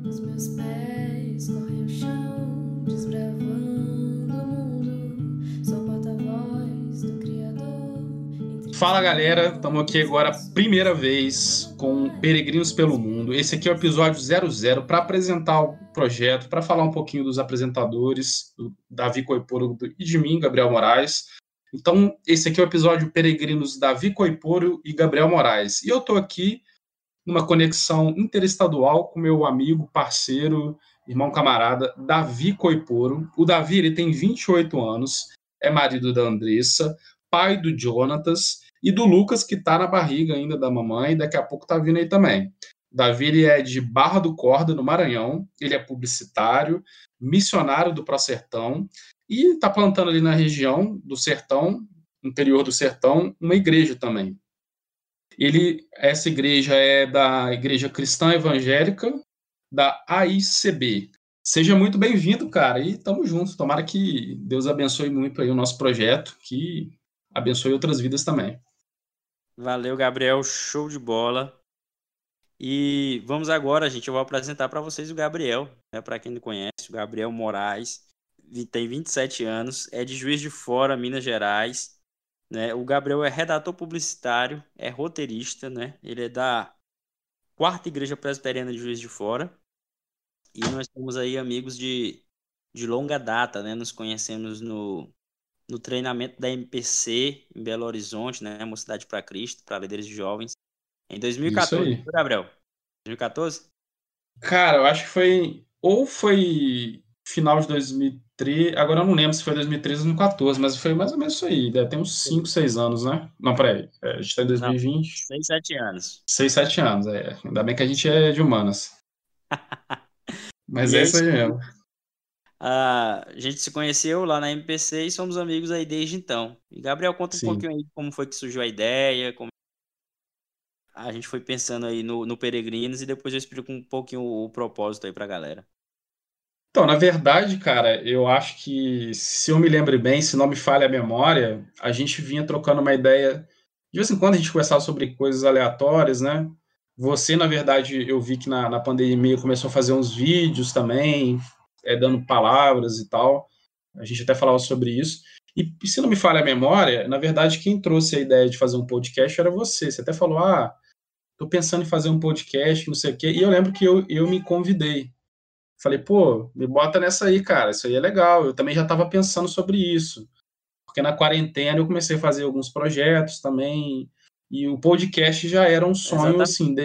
Os meus pés correm o chão, desbravando o mundo. Sou porta-voz do Criador. Fala galera, estamos aqui agora primeira vez com Peregrinos pelo Mundo. Esse aqui é o episódio 00 para apresentar o projeto, para falar um pouquinho dos apresentadores, do Davi Coiporo e de mim, Gabriel Moraes. Então, esse aqui é o episódio Peregrinos Davi Coiporo e Gabriel Moraes. E eu estou aqui numa conexão interestadual com meu amigo, parceiro, irmão camarada, Davi Coiporo. O Davi ele tem 28 anos, é marido da Andressa, pai do Jonatas e do Lucas, que está na barriga ainda da mamãe, daqui a pouco está vindo aí também. Davi ele é de Barra do Corda, no Maranhão, ele é publicitário, missionário do Prosertão e está plantando ali na região do Sertão, interior do Sertão, uma igreja também. Essa igreja é da Igreja Cristã Evangélica da AICB. Seja muito bem-vindo, cara, e tamo junto. Tomara que Deus abençoe muito aí o nosso projeto, que abençoe outras vidas também. Valeu, Gabriel, show de bola. E vamos agora, gente, eu vou apresentar para vocês o Gabriel, né? Para quem não conhece, o Gabriel Moraes, tem 27 anos, é de Juiz de Fora, Minas Gerais, né? O Gabriel é redator publicitário, é roteirista, né? Ele é da Quarta Igreja Presbiteriana de Juiz de Fora e nós somos aí amigos de longa data, né? Nos conhecemos no treinamento da MPC em Belo Horizonte, né? Mocidade para Cristo, para líderes de jovens. Em Isso 2014, aí. Gabriel? 2014? Cara, eu acho que foi final de 2013, agora eu não lembro se foi 2013 ou 2014, mas foi mais ou menos isso aí, deve ter uns 5, 6 anos, né? Não, peraí, a gente tá em Não, 2020, 6, 7 anos. 6, 7 anos, ainda bem que a gente é de humanas, mas E é é isso isso aí aí. mesmo. A gente se conheceu lá na MPC e somos amigos aí desde então. E Gabriel, conta um Sim. pouquinho aí como foi que surgiu a ideia, como a gente foi pensando aí no Peregrinos e depois eu explico um pouquinho o propósito aí pra galera. Então, na verdade, cara, eu acho que, se eu me lembro bem, se não me falha a memória, a gente vinha trocando uma ideia. De vez em quando a gente conversava sobre coisas aleatórias, né? Você, na verdade, eu vi que na pandemia começou a fazer uns vídeos também, dando palavras e tal. A gente até falava sobre isso. E se não me falha a memória, na verdade, quem trouxe a ideia de fazer um podcast era você. Você até falou, tô pensando em fazer um podcast, não sei o quê. E eu lembro que eu me convidei. Falei, pô, me bota nessa aí, cara, isso aí é legal. Eu também já estava pensando sobre isso, porque na quarentena eu comecei a fazer alguns projetos também, e o podcast já era um sonho, Exatamente. assim,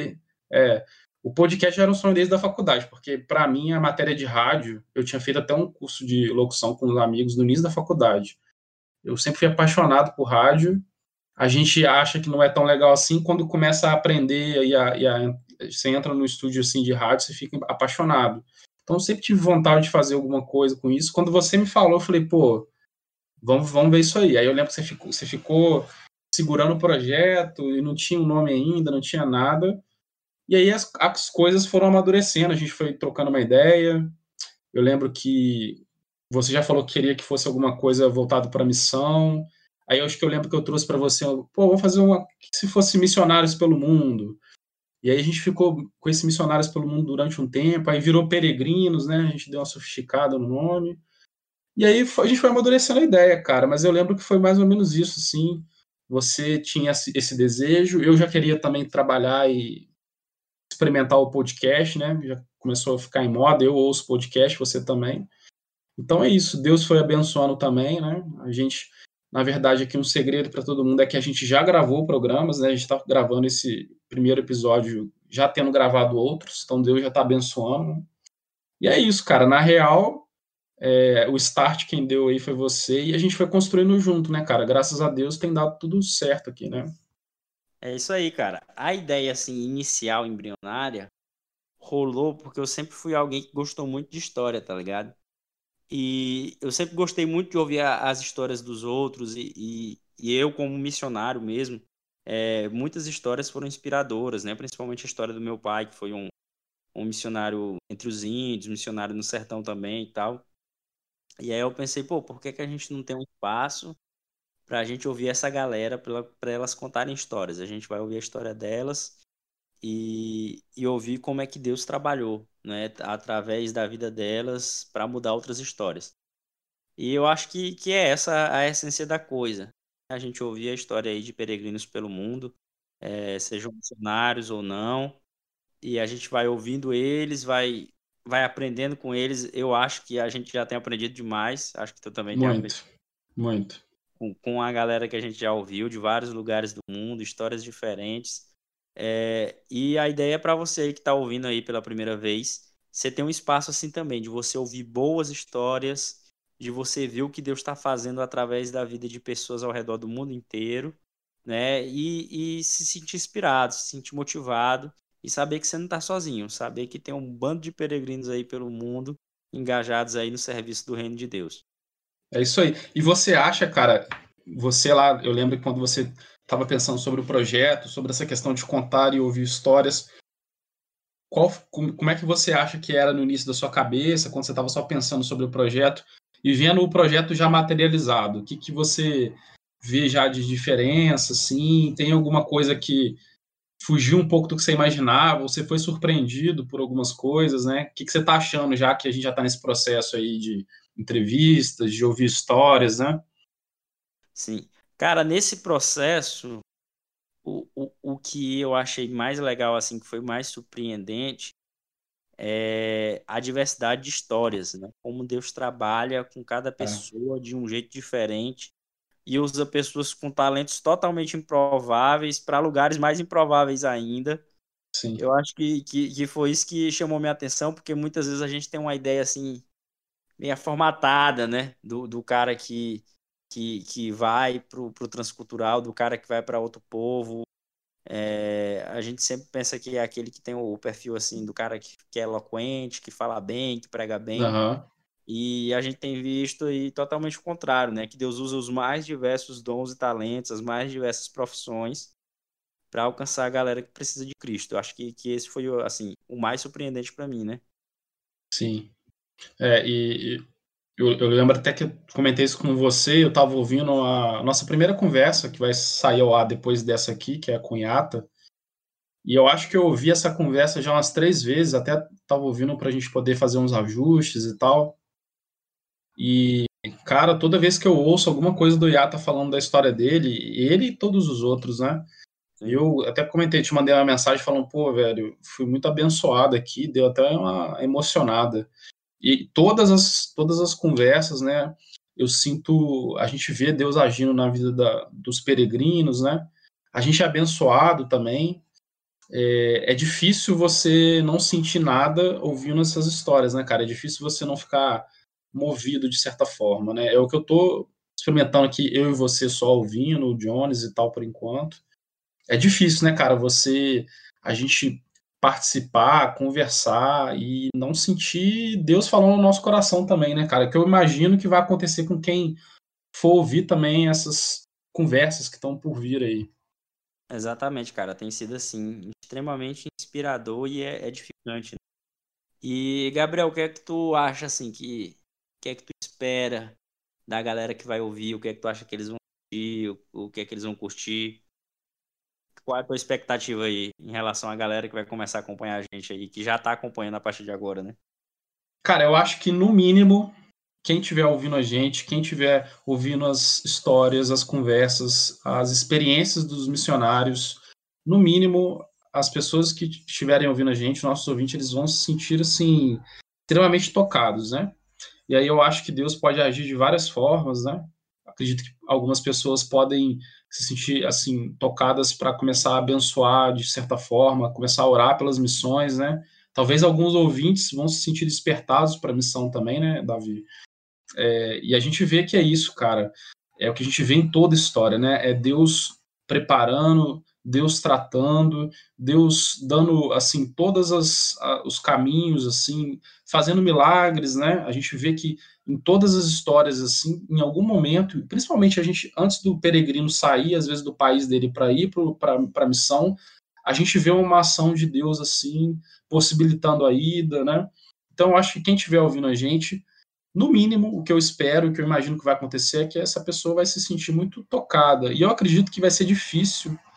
o podcast já era um sonho desde a faculdade, porque para mim a matéria de rádio, eu tinha feito até um curso de locução com os amigos no início da faculdade. Eu sempre fui apaixonado por rádio. A gente acha que não é tão legal assim quando começa a aprender você entra no estúdio assim de rádio, você fica apaixonado. Então eu sempre tive vontade de fazer alguma coisa com isso. Quando você me falou, eu falei, pô, vamos ver isso aí. Aí eu lembro que você ficou segurando o projeto e não tinha um nome ainda, não tinha nada. E aí as coisas foram amadurecendo, a gente foi trocando uma ideia. Eu lembro que você já falou que queria que fosse alguma coisa voltada para a missão. Aí eu acho que eu lembro que eu trouxe para você, pô, vamos fazer uma que se fosse missionários pelo mundo. E aí a gente ficou com esse missionários pelo mundo durante um tempo, aí virou peregrinos, né? A gente deu uma sofisticada no nome. E aí a gente foi amadurecendo a ideia, cara, mas eu lembro que foi mais ou menos isso, assim. Você tinha esse desejo, eu já queria também trabalhar e experimentar o podcast, né? Já começou a ficar em moda, eu ouço podcast, você também. Então é isso, Deus foi abençoando também, né? A gente, na verdade, aqui um segredo para todo mundo é que a gente já gravou programas, né? A gente está gravando esse primeiro episódio, já tendo gravado outros, então Deus já está abençoando. E é isso, cara. Na real, o start quem deu aí foi você e a gente foi construindo junto, né, cara? Graças a Deus tem dado tudo certo aqui, né? É isso aí, cara. A ideia assim inicial embrionária rolou porque eu sempre fui alguém que gostou muito de história, tá ligado? E eu sempre gostei muito de ouvir as histórias dos outros e eu, como missionário mesmo, muitas histórias foram inspiradoras, né? Principalmente a história do meu pai, que foi um missionário entre os índios, missionário no sertão também e tal. E aí eu pensei, pô, por que que a gente não tem um espaço para a gente ouvir essa galera, para elas contarem histórias? A gente vai ouvir a história delas e ouvir como é que Deus trabalhou, né, através da vida delas para mudar outras histórias. E eu acho que é essa a essência da coisa. A gente ouvir a história aí de peregrinos pelo mundo, sejam missionários ou não, e a gente vai ouvindo eles, vai aprendendo com eles. Eu acho que a gente já tem aprendido demais, acho que tu também tem aprendido Muito, muito. com a galera que a gente já ouviu de vários lugares do mundo, histórias diferentes. E a ideia é para você aí que está ouvindo aí pela primeira vez, você tem um espaço assim também, de você ouvir boas histórias, de você ver o que Deus está fazendo através da vida de pessoas ao redor do mundo inteiro, né? E se sentir inspirado, se sentir motivado e saber que você não está sozinho, saber que tem um bando de peregrinos aí pelo mundo engajados aí no serviço do reino de Deus. É isso aí. E você acha, cara, você lá, eu lembro que quando você estava pensando sobre o projeto, sobre essa questão de contar e ouvir histórias, como é que você acha que era no início da sua cabeça, quando você estava só pensando sobre o projeto e vendo o projeto já materializado? O que você vê já de diferença, assim? Tem alguma coisa que fugiu um pouco do que você imaginava? Você foi surpreendido por algumas coisas, né? O que você está achando já que a gente já está nesse processo aí de entrevistas, de ouvir histórias, né? Sim. Cara, nesse processo, o que eu achei mais legal, assim, que foi mais surpreendente, é a diversidade de histórias, né? Como Deus trabalha com cada É, pessoa de um jeito diferente e usa pessoas com talentos totalmente improváveis para lugares mais improváveis ainda. sim. Eu acho que foi isso que chamou minha atenção, porque muitas vezes a gente tem uma ideia, assim, meio formatada, né? Do cara que vai pro transcultural, do cara que vai para outro povo. A gente sempre pensa que é aquele que tem o perfil assim do cara que é eloquente, que fala bem, que prega bem. Aham. E a gente tem visto aí totalmente o contrário, né? Que Deus usa os mais diversos dons e talentos, as mais diversas profissões para alcançar a galera que precisa de Cristo. Eu acho que esse foi assim o mais surpreendente para mim, né? Sim. E eu lembro até que eu comentei isso com você, eu estava ouvindo a nossa primeira conversa, que vai sair ao ar depois dessa aqui, que é a Cunhata, e eu acho que eu ouvi essa conversa já umas 3 vezes, até estava ouvindo para a gente poder fazer uns ajustes e tal. E, cara, toda vez que eu ouço alguma coisa do Yata falando da história dele, ele e todos os outros, né? E Sim. eu até comentei, te mandei uma mensagem falando, pô, velho, fui muito abençoado aqui, deu até uma emocionada. E todas as conversas, né? Eu sinto, a gente vê Deus agindo na vida dos peregrinos, né? A gente é abençoado também. É difícil você não sentir nada ouvindo essas histórias, né, cara? É difícil você não ficar movido de certa forma, né? É o que eu tô experimentando aqui, eu e você só ouvindo, o Jones e tal por enquanto. É difícil, né, cara? A gente participar, conversar e não sentir Deus falando no nosso coração também, né, cara? Que eu imagino que vai acontecer com quem for ouvir também essas conversas que estão por vir aí. Exatamente, cara. Tem sido assim extremamente inspirador e é edificante, né? E Gabriel, o que é que tu acha assim o que é que tu espera da galera que vai ouvir? O que é que tu acha que eles vão curtir? O que é que eles vão curtir? Qual é a tua expectativa aí em relação à galera que vai começar a acompanhar a gente aí, que já tá acompanhando a partir de agora, né? Cara, eu acho que no mínimo, quem estiver ouvindo a gente, quem estiver ouvindo as histórias, as conversas, as experiências dos missionários, no mínimo, as pessoas que estiverem ouvindo a gente, nossos ouvintes, eles vão se sentir assim extremamente tocados, né? E aí eu acho que Deus pode agir de várias formas, né? Acredito que algumas pessoas podem se sentir assim tocadas para começar a abençoar de certa forma, começar a orar pelas missões, né? Talvez alguns ouvintes vão se sentir despertados para a missão também, né, Davi? E a gente vê que é isso, cara. É o que a gente vê em toda a história, né? É Deus preparando, Deus tratando, Deus dando assim todos os caminhos, assim, fazendo milagres, né? A gente vê que em todas as histórias, assim, em algum momento, principalmente a gente antes do peregrino sair, às vezes do país dele para ir para a missão, a gente vê uma ação de Deus assim, possibilitando a ida, né? Então, eu acho que quem estiver ouvindo a gente, no mínimo, o que eu espero, o que eu imagino que vai acontecer é que essa pessoa vai se sentir muito tocada. E eu acredito que vai ser difícil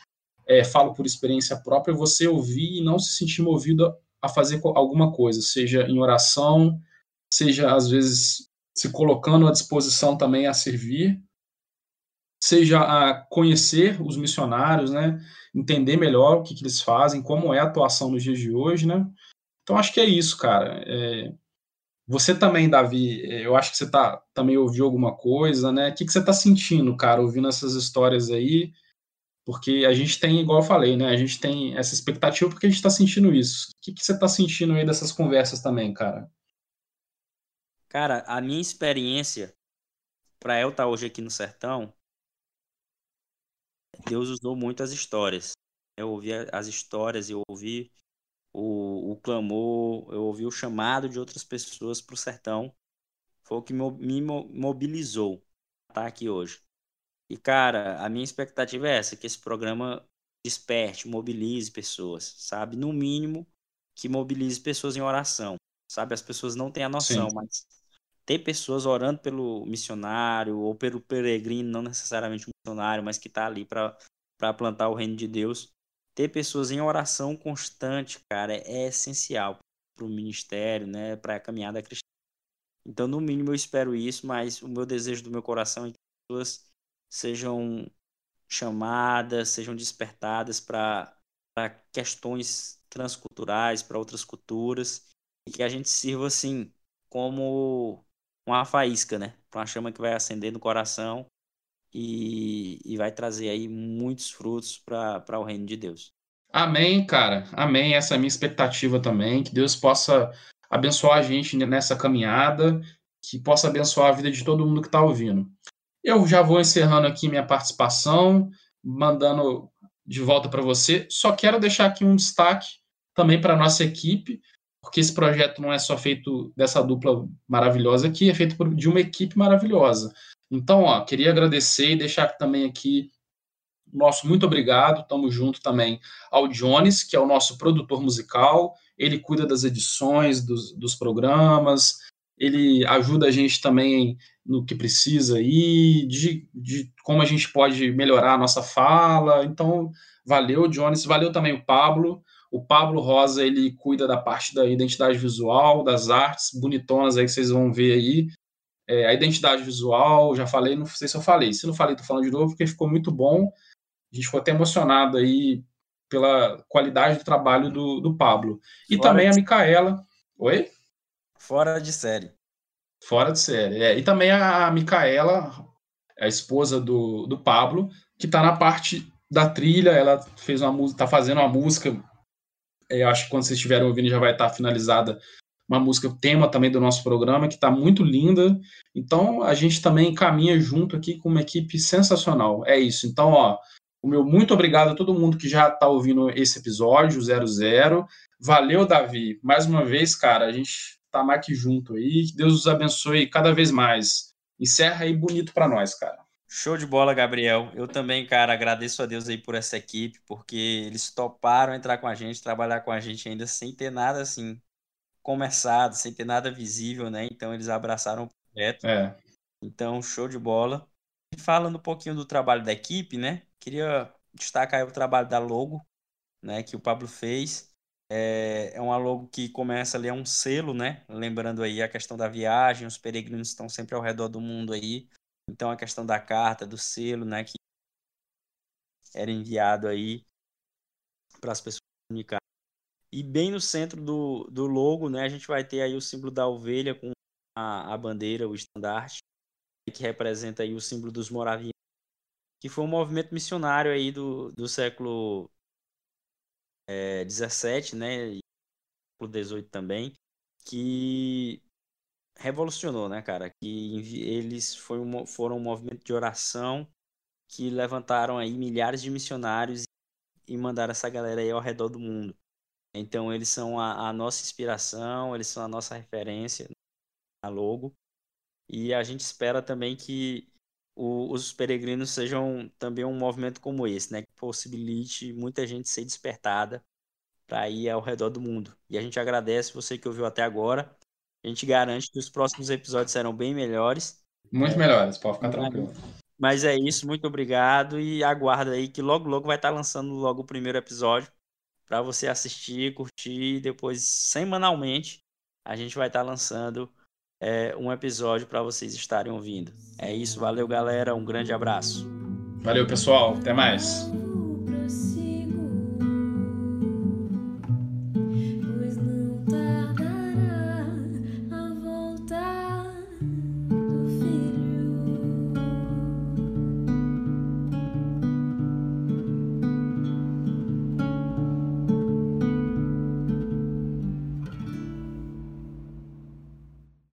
falo por experiência própria, você ouvir e não se sentir movido a fazer alguma coisa, seja em oração, seja às vezes se colocando à disposição também a servir, seja a conhecer os missionários, né? Entender melhor o que eles fazem, como é a atuação nos dias de hoje, né? Então acho que é isso, cara. Você também, Davi, eu acho que você também ouviu alguma coisa, né? O que você está sentindo, cara, ouvindo essas histórias aí? Porque a gente tem, igual eu falei, né? A gente tem essa expectativa porque a gente está sentindo isso. O que você está sentindo aí dessas conversas também, cara? Cara, a minha experiência para eu estar hoje aqui no sertão, Deus usou muito as histórias. Eu ouvi as histórias, eu ouvi o clamor, eu ouvi o chamado de outras pessoas para o sertão. Foi o que me mobilizou a estar aqui hoje. E, cara, a minha expectativa é essa, que esse programa desperte, mobilize pessoas, sabe? No mínimo, que mobilize pessoas em oração, sabe? As pessoas não têm a noção, Sim. mas ter pessoas orando pelo missionário ou pelo peregrino, não necessariamente um missionário, mas que está ali para plantar o reino de Deus. Ter pessoas em oração constante, cara, é essencial para o ministério, né? Para a caminhada cristã. Então, no mínimo, eu espero isso, mas o meu desejo do meu coração é que as pessoas sejam chamadas, sejam despertadas para questões transculturais, para outras culturas, e que a gente sirva assim como uma faísca, né? Uma chama que vai acender no coração e vai trazer aí muitos frutos para o reino de Deus. Amém, cara. Amém. Essa é a minha expectativa também. Que Deus possa abençoar a gente nessa caminhada, que possa abençoar a vida de todo mundo que está ouvindo. Eu já vou encerrando aqui minha participação, mandando de volta para você. Só quero deixar aqui um destaque também para a nossa equipe, porque esse projeto não é só feito dessa dupla maravilhosa aqui, é feito de uma equipe maravilhosa. Então, queria agradecer e deixar também aqui nosso muito obrigado, estamos junto também ao Jones, que é o nosso produtor musical, ele cuida das edições, dos programas, ele ajuda a gente também no que precisa aí, de como a gente pode melhorar a nossa fala, então valeu, Jones, valeu também o Pablo Rosa, ele cuida da parte da identidade visual, das artes bonitonas aí que vocês vão ver aí, a identidade visual, já falei, não sei se eu falei, se não falei, tô falando de novo, porque ficou muito bom. A gente ficou até emocionado aí pela qualidade do trabalho do Pablo. E Fora também a de, Micaela. Oi? fora de série. Fora de série. E também a Micaela, a esposa do Pablo, que está na parte da trilha. Ela fez uma música, está fazendo uma música. Acho que quando vocês estiverem ouvindo já vai estar finalizada uma música tema também do nosso programa, que está muito linda. Então a gente também caminha junto aqui com uma equipe sensacional. É isso. Então, o meu muito obrigado a todo mundo que já está ouvindo esse episódio, 00. Valeu, Davi. Mais uma vez, cara, a gente está mais que junto aí. Que Deus os abençoe cada vez mais. Encerra aí bonito para nós, cara. Show de bola, Gabriel. Eu também, cara, agradeço a Deus aí por essa equipe, porque eles toparam entrar com a gente, trabalhar com a gente ainda sem ter nada assim começado, sem ter nada visível, né? Então eles abraçaram o projeto. Então, show de bola. E falando um pouquinho do trabalho da equipe, né? Queria destacar aí o trabalho da logo, né? Que o Pablo fez. É uma logo que começa ali, é um selo, né? Lembrando aí a questão da viagem, os peregrinos estão sempre ao redor do mundo aí. Então, a questão da carta, do selo, né? Que era enviado aí para as pessoas comunicarem. E bem no centro do logo, né? A gente vai ter aí o símbolo da ovelha com a bandeira, o estandarte, que representa aí o símbolo dos moravianos, que foi um movimento missionário aí do século 17, né? E século 18 também, que revolucionou, né, cara? Que eles foram um movimento de oração que levantaram aí milhares de missionários e mandaram essa galera aí ao redor do mundo. Então eles são a nossa inspiração, eles são a nossa referência na logo. E a gente espera também que os peregrinos sejam também um movimento como esse, né? Que possibilite muita gente ser despertada para ir ao redor do mundo. E a gente agradece você que ouviu até agora. A gente garante que os próximos episódios serão bem melhores. Muito melhores, pode ficar tranquilo. Mas é isso, muito obrigado e aguarda aí que logo logo vai estar lançando logo o primeiro episódio para você assistir, curtir e depois semanalmente a gente vai estar lançando um episódio para vocês estarem ouvindo. É isso, valeu galera, um grande abraço. Valeu, pessoal. Até mais.